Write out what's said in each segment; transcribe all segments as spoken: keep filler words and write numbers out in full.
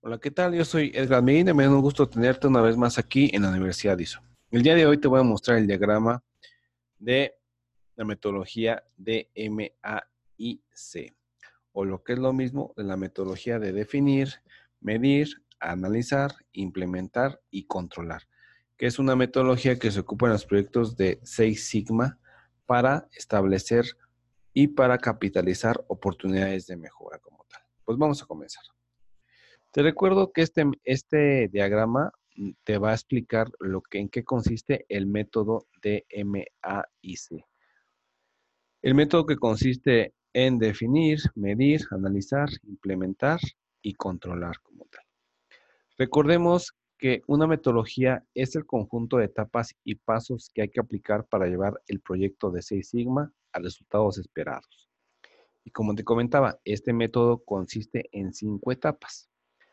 Hola, ¿qué tal? Yo soy Edgar Medina, me da un gusto tenerte una vez más aquí en la Universidad I S O. El día de hoy te voy a mostrar el diagrama de la metodología de M A I C, o lo que es lo mismo de la metodología de definir, medir, analizar, implementar y controlar, que es una metodología que se ocupa en los proyectos de Six Sigma para establecer y para capitalizar oportunidades de mejora como tal. Pues vamos a comenzar. Te recuerdo que este, este diagrama mm, te va a explicar lo que, en qué consiste el método de M A I C. El método que consiste en definir, medir, analizar, implementar y controlar como tal. Recordemos que una metodología es el conjunto de etapas y pasos que hay que aplicar para llevar el proyecto de Six Sigma a resultados esperados. Y como te comentaba, este método consiste en cinco etapas,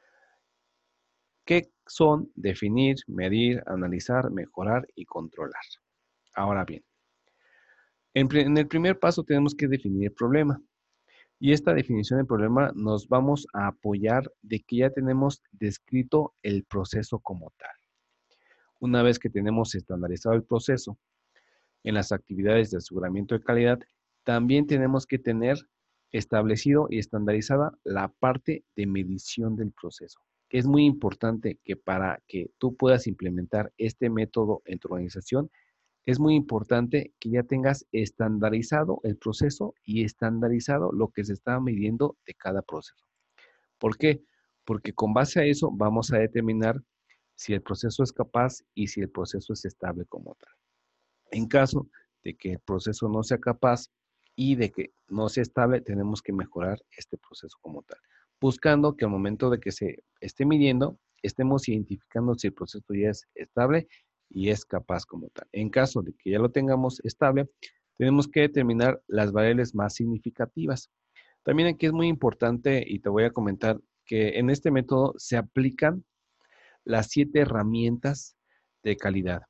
que son definir, medir, analizar, mejorar y controlar. Ahora bien, en, en el primer paso tenemos que definir el problema. Y esta definición del problema nos vamos a apoyar de que ya tenemos descrito el proceso como tal. Una vez que tenemos estandarizado el proceso en las actividades de aseguramiento de calidad, también tenemos que tener establecido y estandarizada la parte de medición del proceso. Es muy importante que para que tú puedas implementar este método en tu organización, es muy importante que ya tengas estandarizado el proceso y estandarizado lo que se está midiendo de cada proceso. ¿Por qué? Porque con base a eso vamos a determinar si el proceso es capaz y si el proceso es estable como tal. En caso de que el proceso no sea capaz y de que no sea estable, tenemos que mejorar este proceso como tal, buscando que al momento de que se esté midiendo, estemos identificando si el proceso ya es estable y es capaz como tal. En caso de que ya lo tengamos estable, tenemos que determinar las variables más significativas. También aquí es muy importante y te voy a comentar que en este método se aplican las siete herramientas de calidad.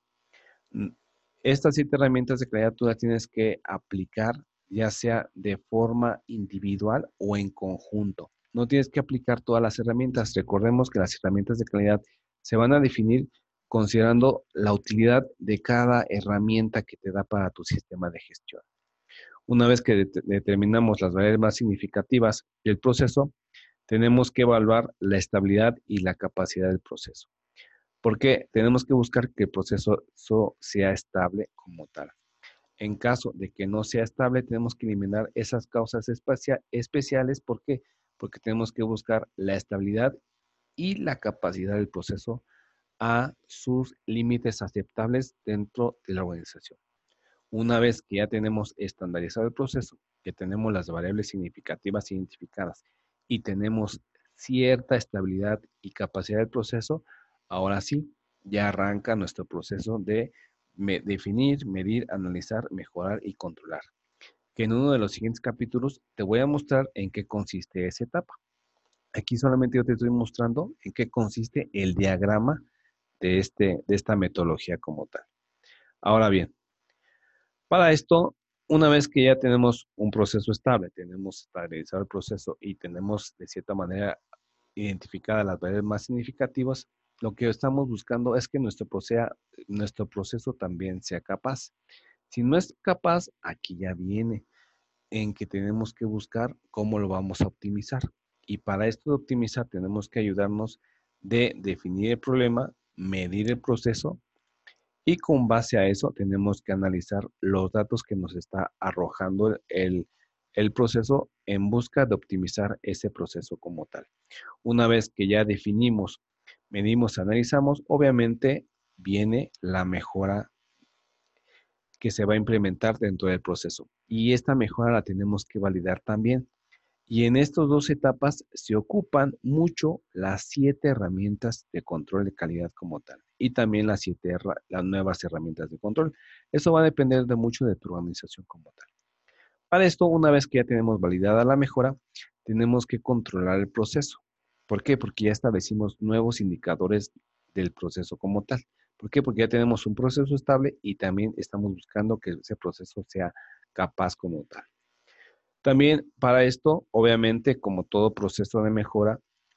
Estas siete herramientas de calidad tú las tienes que aplicar ya sea de forma individual o en conjunto. No tienes que aplicar todas las herramientas. Recordemos que las herramientas de calidad se van a definir considerando la utilidad de cada herramienta que te da para tu sistema de gestión. Una vez que det determinamos las variables más significativas del proceso, tenemos que evaluar la estabilidad y la capacidad del proceso. Porque tenemos que buscar que el proceso sea estable como tal. En caso de que no sea estable, tenemos que eliminar esas causas especiales. ¿Por qué? Porque tenemos que buscar la estabilidad y la capacidad del proceso a sus límites aceptables dentro de la organización. Una vez que ya tenemos estandarizado el proceso, que tenemos las variables significativas identificadas y tenemos cierta estabilidad y capacidad del proceso, ahora sí, ya arranca nuestro proceso de me definir, medir, analizar, mejorar y controlar. Que en uno de los siguientes capítulos te voy a mostrar en qué consiste esa etapa. Aquí solamente yo te estoy mostrando en qué consiste el diagrama de, este, de esta metodología como tal. Ahora bien, para esto, una vez que ya tenemos un proceso estable, tenemos estabilizado el proceso y tenemos de cierta manera identificadas las variables más significativas, lo que estamos buscando es que nuestro, procea, nuestro proceso también sea capaz. Si no es capaz, aquí ya viene en que tenemos que buscar cómo lo vamos a optimizar. Y para esto de optimizar tenemos que ayudarnos de definir el problema, medir el proceso y con base a eso tenemos que analizar los datos que nos está arrojando el, el proceso en busca de optimizar ese proceso como tal. Una vez que ya definimos, medimos, analizamos, obviamente viene la mejora que se va a implementar dentro del proceso. Y esta mejora la tenemos que validar también. Y en estas dos etapas se ocupan mucho las siete herramientas de control de calidad como tal y también las siete las nuevas herramientas de control. Eso va a depender de mucho de tu organización como tal. Para esto, una vez que ya tenemos validada la mejora, tenemos que controlar el proceso. ¿Por qué? Porque ya establecimos nuevos indicadores del proceso como tal. ¿Por qué? Porque ya tenemos un proceso estable y también estamos buscando que ese proceso sea capaz como tal. También para esto, obviamente, como todo proceso de mejora,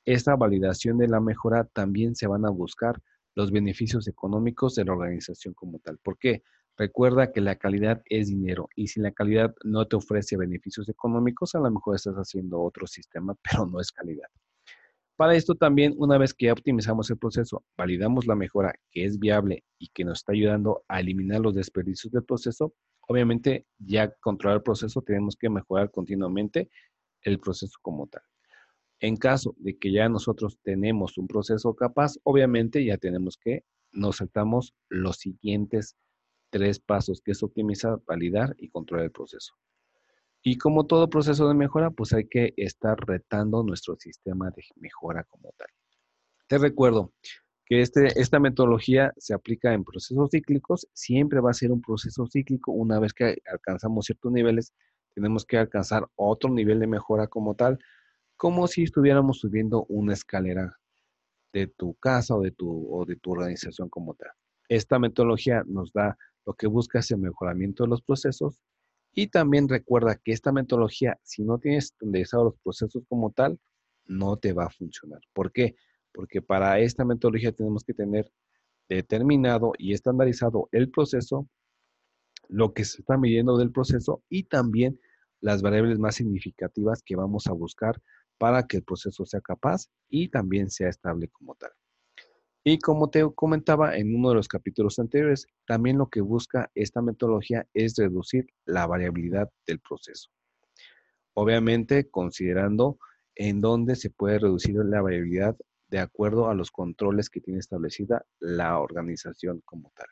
esta validación de la mejora también se van a buscar los beneficios económicos de la organización como tal. ¿Por qué? Recuerda que la calidad es dinero y si la calidad no te ofrece beneficios económicos, a lo mejor estás haciendo otro sistema, pero no es calidad. Para esto también, una vez que ya optimizamos el proceso, validamos la mejora que es viable y que nos está ayudando a eliminar los desperdicios del proceso, obviamente ya controlar el proceso tenemos que mejorar continuamente el proceso como tal. En caso de que ya nosotros tenemos un proceso capaz, obviamente ya tenemos que nos saltamos los siguientes tres pasos, que es optimizar, validar y controlar el proceso. Y como todo proceso de mejora, pues hay que estar retando nuestro sistema de mejora como tal. Te recuerdo que este, esta metodología se aplica en procesos cíclicos, siempre va a ser un proceso cíclico. Una vez que alcanzamos ciertos niveles, tenemos que alcanzar otro nivel de mejora como tal, como si estuviéramos subiendo una escalera de tu casa o de tu, o de tu organización como tal. Esta metodología nos da lo que busca es el mejoramiento de los procesos y también recuerda que esta metodología, si no tienes estandarizados los procesos como tal, no te va a funcionar. ¿Por qué? Porque para esta metodología tenemos que tener determinado y estandarizado el proceso, lo que se está midiendo del proceso y también las variables más significativas que vamos a buscar para que el proceso sea capaz y también sea estable como tal. Y como te comentaba en uno de los capítulos anteriores, también lo que busca esta metodología es reducir la variabilidad del proceso. Obviamente, considerando en dónde se puede reducir la variabilidad de acuerdo a los controles que tiene establecida la organización como tal.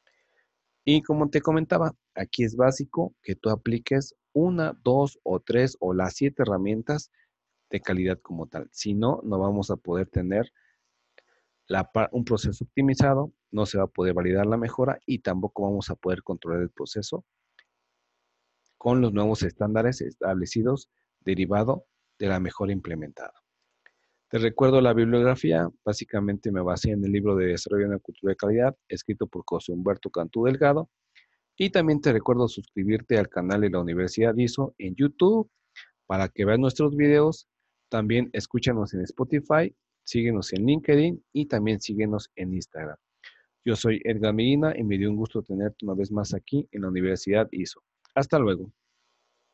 Y como te comentaba, aquí es básico que tú apliques una, dos o tres o las siete herramientas de calidad como tal. Si no, no vamos a poder tener la, un proceso optimizado, no se va a poder validar la mejora y tampoco vamos a poder controlar el proceso con los nuevos estándares establecidos derivado de la mejora implementada. Te recuerdo la bibliografía, básicamente me basé en el libro de Desarrollo de una Cultura de Calidad, escrito por José Humberto Cantú Delgado, y también te recuerdo suscribirte al canal de la Universidad I S O en YouTube para que veas nuestros videos. También escúchanos en Spotify, síguenos en LinkedIn y también síguenos en Instagram. Yo soy Edgar Medina y me dio un gusto tenerte una vez más aquí en la Universidad I S O. Hasta luego.